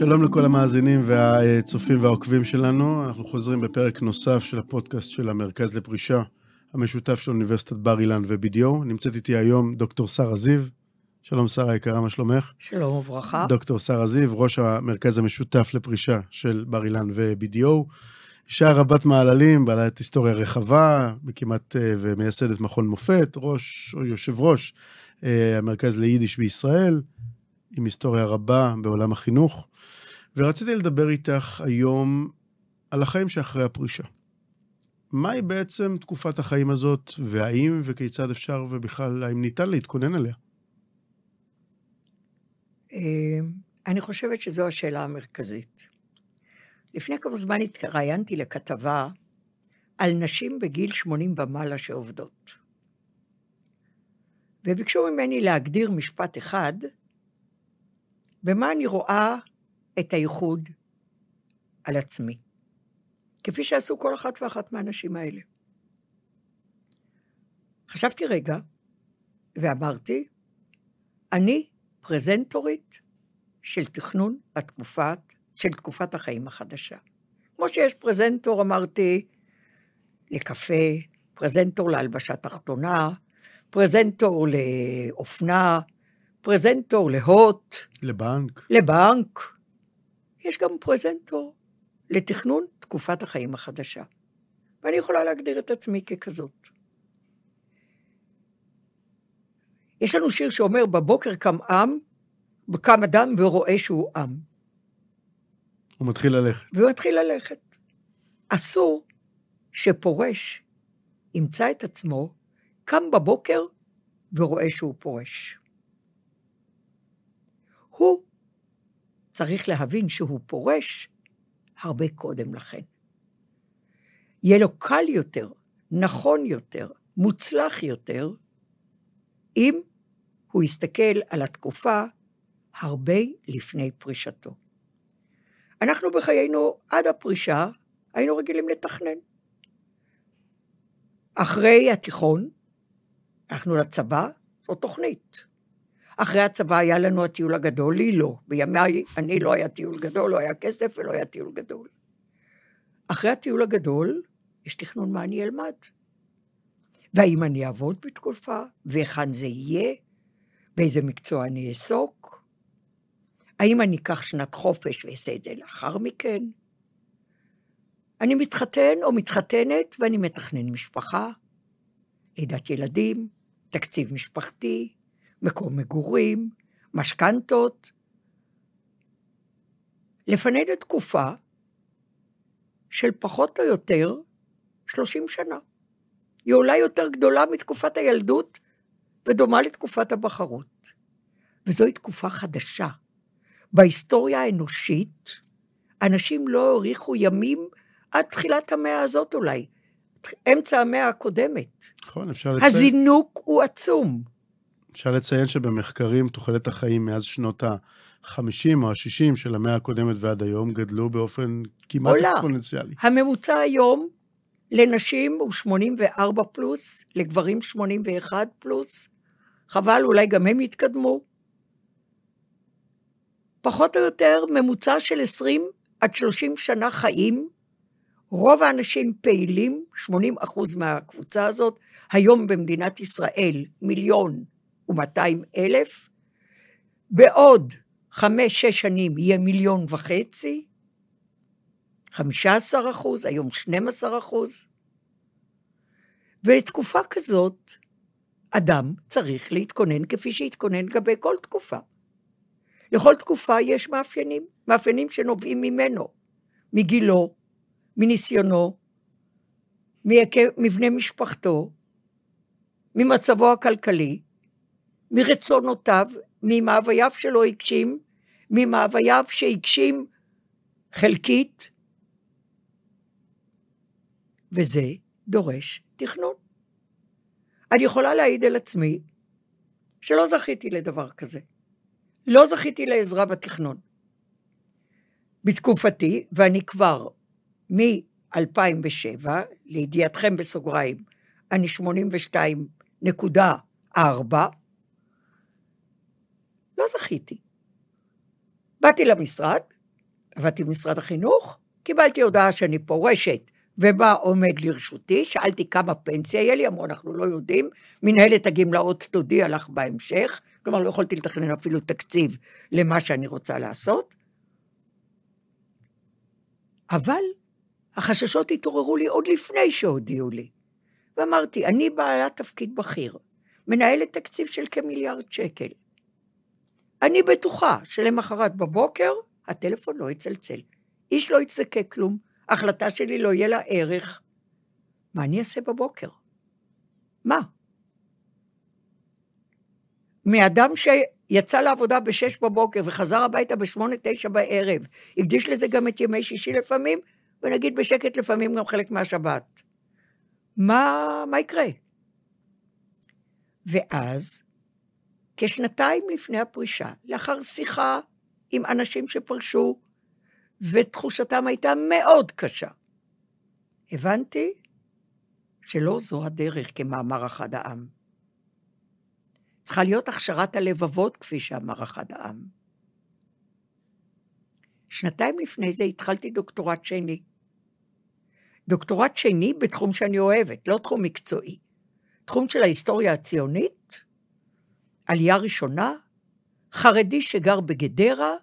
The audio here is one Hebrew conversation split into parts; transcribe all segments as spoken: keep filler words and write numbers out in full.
שלום לכל המאזינים והצופים והעוקבים שלנו. אנחנו חוזרים בפרק נוסף של הפודקאסט של המרכז לפרישה, המשותף של אוניברסיטת בר אילן ו-בי די או. נמצאת איתי היום דוקטור שרה זיו. שלום שרה יקרה, מה שלומך? שלום וברכה. דוקטור שרה זיו, ראש המרכז המשותף לפרישה של בר אילן ו-בי די או. אישה רבת מעללים, בעלת היסטוריה רחבה, כמעט ומייסדת מכון מופת, ראש או יושב ראש המרכז ליידיש בישראל, עם היסטוריה רבה בעולם החינוך. ורציתי לדבר איתך היום על החיים שאחרי הפרישה. מהי בעצם תקופת החיים הזאת, והאם וכיצד אפשר ובכלל, האם ניתן להתכונן עליה? אני חושבת שזו השאלה המרכזית. לפני כמה זמן התראיינתי לכתבה על נשים בגיל שמונים ומעלה שעובדות. וביקשו ממני להגדיר משפט אחד, במה אני רואה את הייחוד על עצמי, כפי שעשו כל אחת ואחת מהנשים האלה. חשבתי רגע, ואמרתי, אני פרזנטורית של תכנון התקופת, של תקופת החיים החדשה. כמו שיש פרזנטור, אמרתי, לקפה, פרזנטור להלבשה תחתונה, פרזנטור לאופנה, פרזנטור להוט. לבנק. לבנק. יש גם פרזנטור לתכנון תקופת החיים החדשה. ואני יכולה להגדיר את עצמי ככזאת. יש לנו שיר שאומר, בבוקר קם עם, קם אדם ורואה שהוא עם. הוא מתחיל ללכת. והוא מתחיל ללכת. אסור שפורש ימצא את עצמו, קם בבוקר ורואה שהוא פורש. הוא צריך להבין שהוא פורש הרבה קודם לכן. יהיה לו קל יותר, נכון יותר, מוצלח יותר, אם הוא יסתכל על התקופה הרבה לפני פרישתו. אנחנו בחיינו עד הפרישה היינו רגילים לתכנן. אחרי התיכון, אנחנו לצבא, זו תוכנית. אחרי הצבא היה לנו הטיול הגדול, לי לא. בימי אני לא היה טיול גדול, לא היה כסף ולא היה טיול גדול. אחרי הטיול הגדול, יש תכנון מה אני אלמד. והאם אני אעבוד בתקופה, והיכן זה יהיה, באיזה מקצוע אני אעסוק, האם אני אקח שנת חופש ואעשה את זה לאחר מכן? אני מתחתן או מתחתנת ואני מתכנן משפחה, לידת ילדים, תקציב משפחתי, מקום מגורים, משכנתות. לפנינו תקופה של פחות או יותר שלושים שנה. היא אולי יותר גדולה מתקופת הילדות ודומה לתקופת הבחרות. וזוהי תקופה חדשה. בהיסטוריה האנושית, אנשים לא הוריחו ימים עד תחילת המאה הזאת אולי, אמצע המאה הקודמת. נכון, אפשר לציין. הזינוק הוא עצום. אפשר לציין שבמחקרים תוחלת החיים מאז שנות ה-חמישים או ה-שישים של המאה הקודמת ועד היום גדלו באופן כמעט אקספוננציאלי. הממוצע היום לנשים הוא שמונים וארבע פלוס, לגברים שמונים ואחת פלוס, חבל אולי גם הם יתקדמו. פחות או יותר ממוצע של עשרים עד שלושים שנה חיים, רוב האנשים פעילים, שמונים אחוז מהקבוצה הזאת, היום במדינת ישראל מיליון ומאתיים אלף, בעוד חמש, שש שנים יהיה מיליון וחצי, חמישה עשר אחוז, היום שנים עשר אחוז, ולתקופה כזאת, אדם צריך להתכונן כפי שהתכונן גבי כל תקופה. לכל תקופה יש מאפיינים, מאפיינים שנובעים ממנו, מגילו, מניסיונו, מבנה משפחתו, ממצבו הכלכלי, מרצונותיו, ממאווייו שלו הגשים, ממאווייו שהגשים חלקית, וזה דורש תכנון. אני יכולה להעיד על עצמי שלא זכיתי לדבר כזה. לא זכיתי לעזרה בתכנון. בתקופתי, ואני כבר מ-אלפיים ושבע, לידיעתכם בסוגריים, אני שמונים ושתיים נקודה ארבע, לא זכיתי. באתי למשרד, עבדתי במשרד החינוך, קיבלתי הודעה שאני פורשת, ומה עומד לרשותי, שאלתי כמה פנסיה יהיה לי, אמרו, אנחנו לא יודעים, מנהלת הגמלאות תודיע לך בהמשך, כלומר לא יכולתי לתכנן אפילו תקציב למה שאני רוצה לעשות, אבל החששות התעוררו לי עוד לפני שהודיעו לי, ואמרתי, אני בעלת תפקיד בכיר, מנהלת תקציב של כמיליארד שקל, אני בטוחה שלמחרת בבוקר, הטלפון לא יצלצל, איש לא יצדקה כלום, ההחלטה שלי לא יהיה לה ערך. מה אני אעשה בבוקר? מה? מאדם שיצא לעבודה בשש בבוקר וחזר הביתה בשמונה תשע בערב, הקדיש לזה גם את ימי שישי לפעמים, ונגיד בשקט לפעמים גם חלק מהשבת. מה, מה יקרה? ואז, כשנתיים לפני הפרישה, לאחר שיחה עם אנשים שפרשו, ותחושתם הייתה מאוד קשה. הבנתי שלא זו הדרך כמאמר אחד העם. צריכה להיות הכשרת הלבבות, כפי שאמר אחד העם. שנתיים לפני זה התחלתי דוקטורט שני. דוקטורט שני בתחום שאני אוהבת, לא תחום מקצועי. תחום של ההיסטוריה הציונית, עלייה ראשונה, חרדי שגר בגדרה,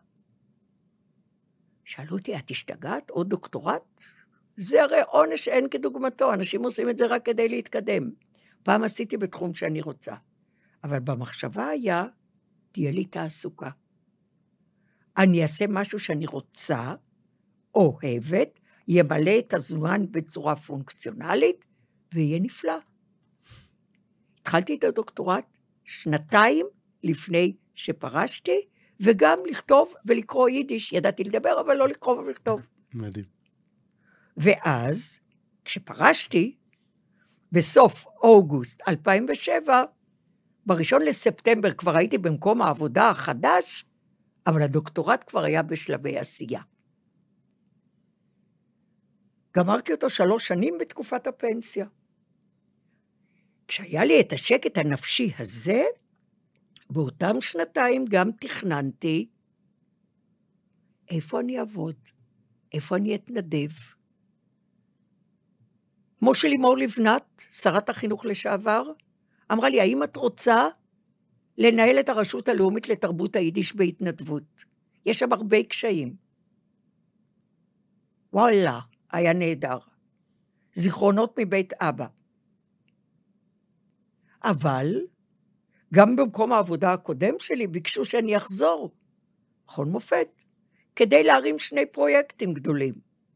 שאלו אותי, את השתגעת? עוד דוקטורט? זה הרי עונש אין כדוגמתו, אנשים עושים את זה רק כדי להתקדם. פעם עשיתי בתחום שאני רוצה, אבל במחשבה היה, תהיה לי תעסוקה. אני אעשה משהו שאני רוצה, אוהבת, ימלא את הזמן בצורה פונקציונלית, ויהיה נפלא. התחלתי את הדוקטורט שנתיים לפני שפרשתי, וגם לכתוב ולקרוא יידיש, ידעתי לדבר, אבל לא לקרוא ולכתוב. מדהים. ואז, כשפרשתי, בסוף אוגוסט אלפיים ושבע, בראשון לספטמבר כבר הייתי במקום העבודה החדש, אבל הדוקטורט כבר היה בשלבי עשייה. גמרתי אותו שלוש שנים בתקופת הפנסיה. כשהיה לי את השקט הנפשי הזה, באותם שנתיים גם תכננתי איפה אני אעבוד, איפה אני אתנדב. כמו שלימור לבנת, שרת החינוך לשעבר, אמרה לי, האם את רוצה לנהל את הרשות הלאומית לתרבות היידיש בהתנדבות? יש שם הרבה קשיים. וואלה, היה נהדר. זיכרונות מבית אבא. אבל גם במקום העבודה הקודם שלי ביקשו שאני אחזור, מכון מופת, כדי להרים שני פרויקטים גדולים.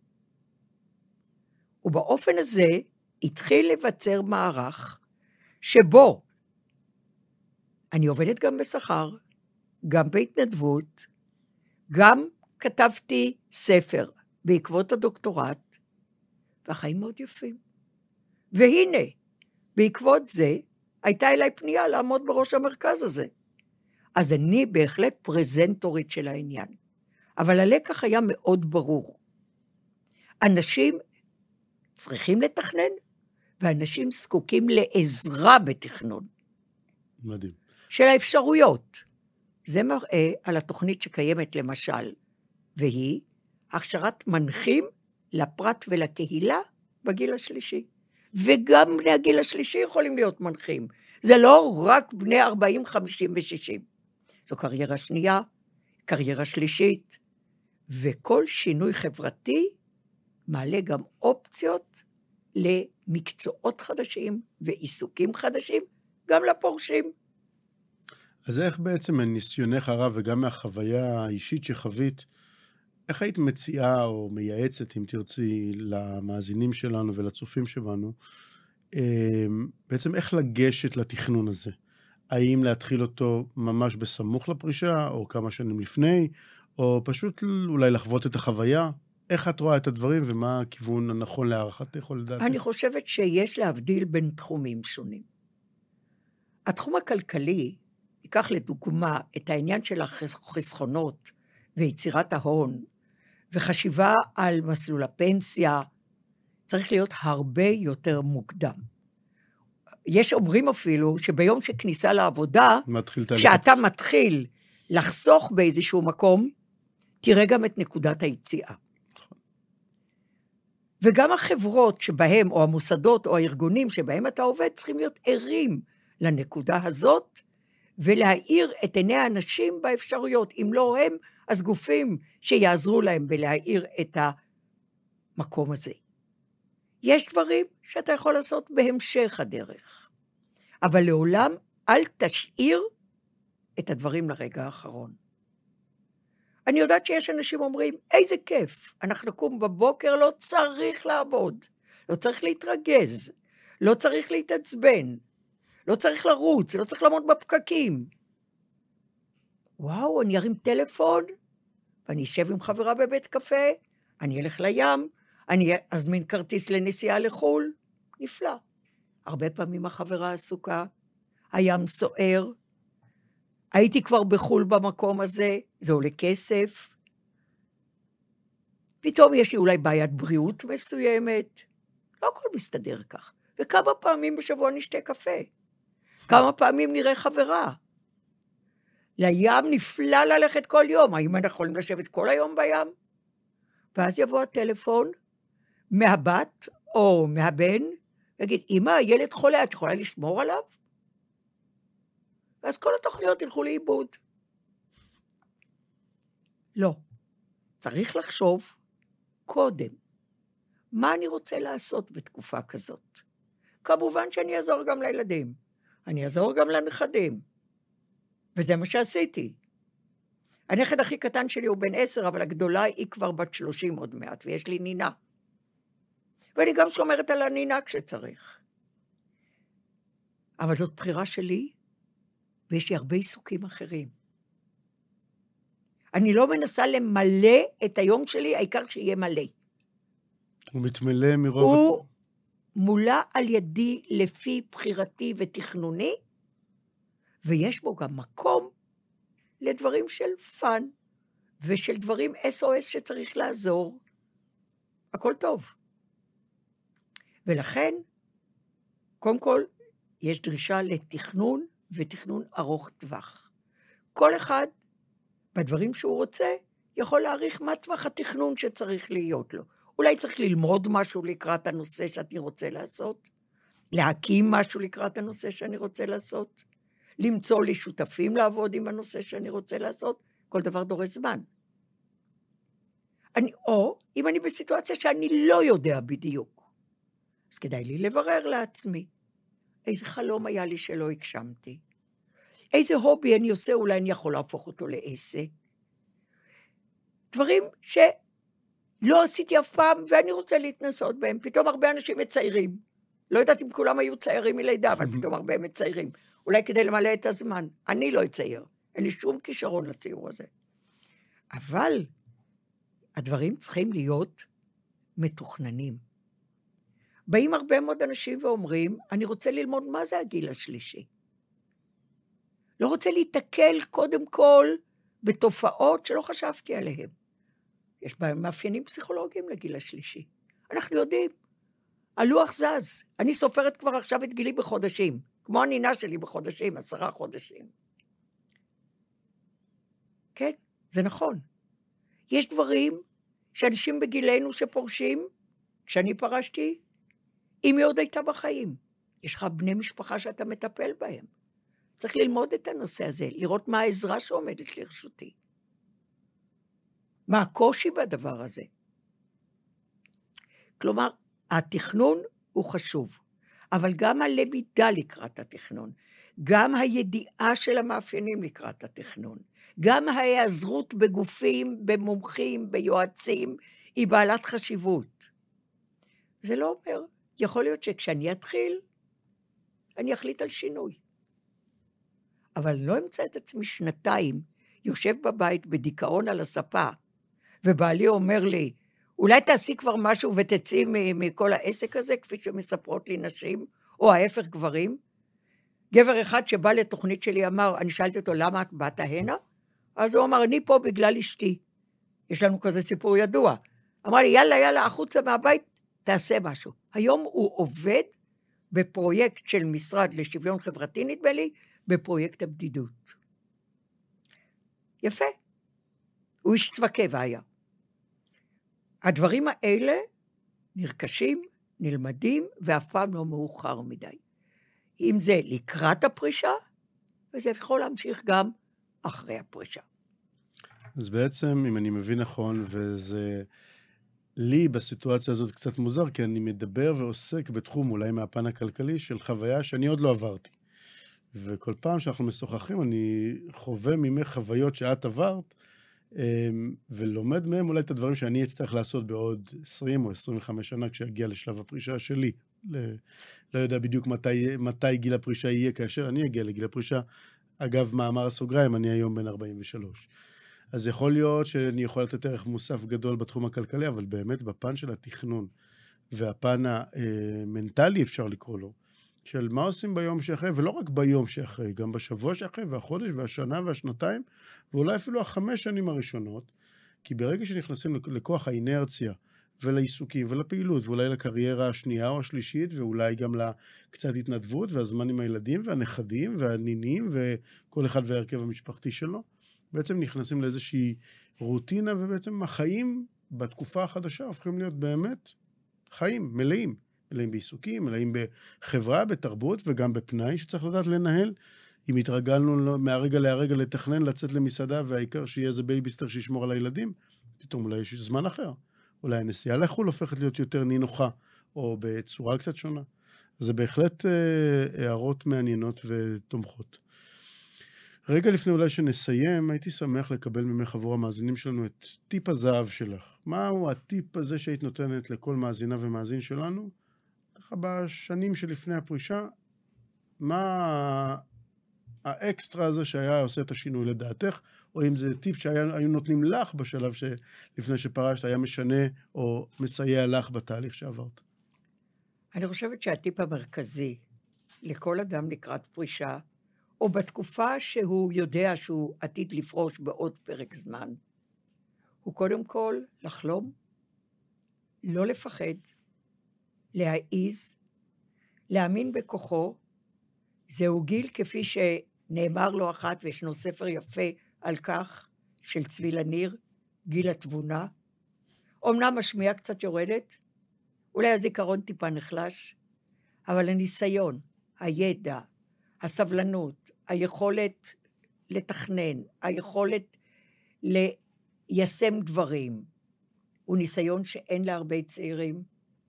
ובאופן הזה התחיל לבצר מערך, שבו אני עובדת גם בשכר, גם בהתנדבות, גם כתבתי ספר בעקבות הדוקטורט, והחיים מאוד יפים. והנה, בעקבות זה, הייתה אליי פנייה לעמוד בראש המרכז הזה. אז אני בהחלט פרזנטורית של העניין. אבל הלקח היה מאוד ברור. אנשים צריכים לתכנן, ואנשים זקוקים לעזרה בתכנון. מדהים. של האפשרויות. זה מראה על התוכנית שקיימת למשל, והיא הכשרת מנחים לפרט ולקהילה בגיל השלישי. וגם בני הגיל השלישי יכולים להיות מנחים. זה לא רק בני ארבעים, חמישים ושישים. זו קריירה שנייה, קריירה שלישית, וכל שינוי חברתי מעלה גם אופציות למקצועות חדשים ועיסוקים חדשים, גם לפורשים. אז איך בעצם מניסיונך הרב וגם מהחוויה האישית שחווית, איך היית מציעה או מייעצת, אם תרצי, למאזינים שלנו ולצופים שבנו, בעצם איך לגשת לתכנון הזה? האם להתחיל אותו ממש בסמוך לפרישה, או כמה שנים לפני, או פשוט אולי לחוות את החוויה? איך את רואה את הדברים, ומה הכיוון הנכון להערכתך או לדעתך? אני חושבת שיש להבדיל בין תחומים שונים. התחום הכלכלי, ייקח לדוגמה את העניין של החסכונות ויצירת ההון, וחשיבה על מסלול הפנסיה, צריך להיות הרבה יותר מוקדם. יש אומרים אפילו שביום שכניסה לעבודה, כשאתה מתחיל לחסוך באיזשהו מקום, תראה גם את נקודת היציאה. וגם החברות שבהם, או המוסדות, או הארגונים שבהם אתה עובד, צריכים להיות ערים לנקודה הזאת, ולהאיר את עיני האנשים באפשרויות. אם לא הם, אז גופים שיעזרו להם בלהאיר את המקום הזה. יש דברים שאתה יכול לעשות בהמשך הדרך, אבל לעולם אל תשאיר את הדברים לרגע האחרון. אני יודעת שיש אנשים אומרים, איזה כיף, אנחנו נקום בבוקר, לא צריך לעבוד, לא צריך להתרגז, לא צריך להתעצבן, לא צריך לרוץ, לא צריך לעמוד בפקקים. וואו, אני ארים טלפון, ואני אשב עם חברה בבית קפה, אני אלך לים, אני אזמין כרטיס לנסיעה לחול, נפלא. הרבה פעמים החברה עסוקה, הים סוער, הייתי כבר בחול במקום הזה, זה עולה כסף, פתאום יש לי אולי בעיית בריאות מסוימת, לא הכל מסתדר כך, וכמה פעמים בשבוע נשתה קפה, כמה פעמים נראה חברה, לים נפלא ללכת כל יום, האם אנחנו יכולים לשבת כל היום בים? ואז יבוא הטלפון מהבת או מהבן, ויגיד, אמא, הילד חולה, את יכולה לשמור עליו? ואז כל התוכניות ילכו לאיבוד. לא. צריך לחשוב קודם, מה אני רוצה לעשות בתקופה כזאת? כמובן שאני אעזור גם לילדים, אני אעזור גם לנכדים, וזה מה שעשיתי. הנכד הכי קטן שלי הוא בן עשר, אבל הגדולה היא כבר בת שלושים עוד מעט, ויש לי נינה. ואני גם שומרת על הנינה כשצריך. אבל זאת בחירה שלי, ויש לי הרבה עיסוקים אחרים. אני לא מנסה למלא את היום שלי, העיקר שיהיה מלא. הוא מתמלא מרוב... הוא מולא על ידי לפי בחירתי ותכנוני, ויש בו גם מקום לדברים של פן, ושל דברים אס או אס שצריך לעזור. הכל טוב. ולכן, קודם כל, יש דרישה לתכנון, ותכנון ארוך טווח. כל אחד, בדברים שהוא רוצה, יכול להעריך מה טווח התכנון שצריך להיות לו. אולי צריך ללמוד משהו לקראת הנושא שאני רוצה לעשות, להקים משהו לקראת הנושא שאני רוצה לעשות, למצוא לי שותפים לעבוד עם הנושא שאני רוצה לעשות, כל דבר דורש זמן. אני, או אם אני בסיטואציה שאני לא יודע בדיוק, אז כדאי לי לברר לעצמי, איזה חלום היה לי שלא הגשמתי, איזה הובי אני עושה, אולי אני יכול להפוך אותו לעסק, דברים שלא עשיתי אף פעם, ואני רוצה להתנסות בהם, פתאום הרבה אנשים מציירים, לא יודעת אם כולם היו ציירים מלידה, אבל פתאום הרבה מציירים, אולי כדי למלא את הזמן, אני לא אצייר, אין לי שום כישרון לציור הזה, אבל הדברים צריכים להיות מתוכננים. באים הרבה מאוד אנשים ואומרים, אני רוצה ללמוד מה זה הגיל השלישי. לא רוצה להתקל קודם כל בתופעות שלא חשבתי עליהן. יש בהם מאפיינים פסיכולוגיים לגיל השלישי. אנחנו יודעים, הלוח זז. אני סופרת כבר עכשיו את גילי בחודשים, כמו הנינה שלי בחודשים, עשרה חודשים. כן, זה נכון. יש דברים שאנשים בגילנו שפורשים, כשאני פרשתי, אם היא עוד הייתה בחיים. יש לך בני משפחה שאתה מטפל בהם. צריך ללמוד את הנושא הזה, לראות מה העזרה שעומדת לרשותי. מה הקושי בדבר הזה. כלומר, התכנון הוא חשוב, אבל גם הלמידה לקראת התכנון, גם הידיעה של המאפיינים לקראת התכנון, גם ההיעזרות בגופים, במומחים, ביועצים, היא בעלת חשיבות. זה לא אומר, יכול להיות שכשאני אתחיל, אני אחליט על שינוי. אבל לא אמצא את עצמי שנתיים, יושב בבית בדיכאון על הספה, ובעלי אומר לי, אולי תעשי כבר משהו ותצאי מכל העסק הזה, כפי שמספרות לי נשים, או ההפך גברים. גבר אחד שבא לתוכנית שלי אמר, אני שאלתי אותו, למה את באת הנה? אז הוא אמר, אני פה בגלל אשתי. יש לנו כזה סיפור ידוע. אמר לי, יאללה, יאללה, החוצה מהבית, תעשה משהו. היום הוא עובד בפרויקט של משרד לשוויון חברתי, נדמה לי, בפרויקט הבדידות. יפה. הוא איש צבא קבע היה. הדברים האלה נרכשים, נלמדים, ואף פעם לא מאוחר מדי. אם זה לקראת הפרישה, וזה יכול להמשיך גם אחרי הפרישה. אז בעצם, אם אני מבין נכון, וזה לי בסיטואציה הזאת קצת מוזר, כי אני מדבר ועוסק בתחום אולי מהפן הכלכלי של חוויה שאני עוד לא עברתי. וכל פעם שאנחנו משוחחים, אני חווה ממך חוויות שאת עברת, ולומד מהם אולי את הדברים שאני אצטרך לעשות בעוד עשרים או עשרים וחמש שנה, כשאגיע לשלב הפרישה שלי. לא יודע בדיוק מתי, מתי גיל הפרישה יהיה, כאשר אני אגיע לגיל הפרישה. אגב, מאמר הסוגריים, אני היום בן ארבעים ושלוש. אז יכול להיות שאני יכול לתת ערך מוסף גדול בתחום הכלכלי, אבל באמת בפן של התכנון, והפן המנטלי אפשר לקרוא לו, של מה עושים ביום שאחרי, ולא רק ביום שאחרי, גם בשבוע שאחרי, והחודש, והשנה, והשנתיים, ואולי אפילו החמש שנים הראשונות, כי ברגע שנכנסים לכוח האינרציה, ולעיסוקים, ולפעילות, ואולי לקריירה השנייה או השלישית, ואולי גם לקצת התנדבות, והזמן עם הילדים, והנכדים, והנינים, וכל אחד והרכב המשפחתי שלו, בעצם נכנסים לאיזושהי רוטינה, ובעצם החיים בתקופה החדשה הופכים להיות באמת חיים מלאים. מלאים בעיסוקים, מלאים בחברה, בתרבות וגם בפנאי שצריך לדעת לנהל. אם התרגלנו מהרגע להרגע לתכנן, לצאת למסעדה, והעיקר שיהיה איזה בייביסטר שישמור על הילדים, פתאום אולי יש זמן אחר. אולי הנסיעה לחו"ל הופכת להיות יותר נינוחה, או בצורה קצת שונה. אז זה בהחלט אה, הערות מעניינות ותומכות. רגע לפני אולי שנסיים, הייתי שמח לקבל ממך עבור המאזינים שלנו את טיפ הזהב שלך. מהו הטיפ הזה שהיית נותנת לכל מאזינה ומאזין שלנו? ככה בשנים שלפני הפרישה, מה האקסטרה הזה שהיה עושה את השינוי לדעתך, או אם זה טיפ שהיו נותנים לך בשלב שלפני שפרשת, היה משנה או מסייע לך בתהליך שעברת? אני חושבת שהטיפ המרכזי לכל אדם לקראת פרישה, או בתקופה שהוא יודע שהוא עתיד לפרוש בעוד פרק זמן, הוא קודם כל לחלום, לא לפחד, להעיז, להאמין בכוחו. זהו גיל כפי שנאמר לו אחת, וישנו ספר יפה על כך, של צבי לניר, גיל התבונה. אמנם השמיעה קצת יורדת, אולי הזיכרון טיפה נחלש, אבל הניסיון, הידע, הסבלנות, היכולת לתכנן, היכולת ליישם דברים, הוא ניסיון שאין להרבה צעירים,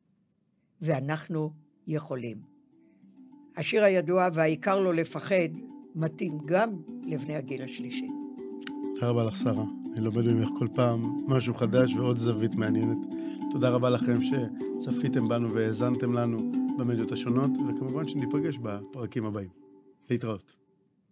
ואנחנו יכולים. השיר הידוע, והעיקר לא לפחד, מתאים גם לבני הגיל השלישי. תודה רבה לך, שרה. אני לומד ממך כל פעם משהו חדש ועוד זווית מעניינת. תודה רבה לכם שצפיתם בנו והאזנתם לנו במדיות השונות, וכמובן שניפגש בפרקים הבאים. להתראות.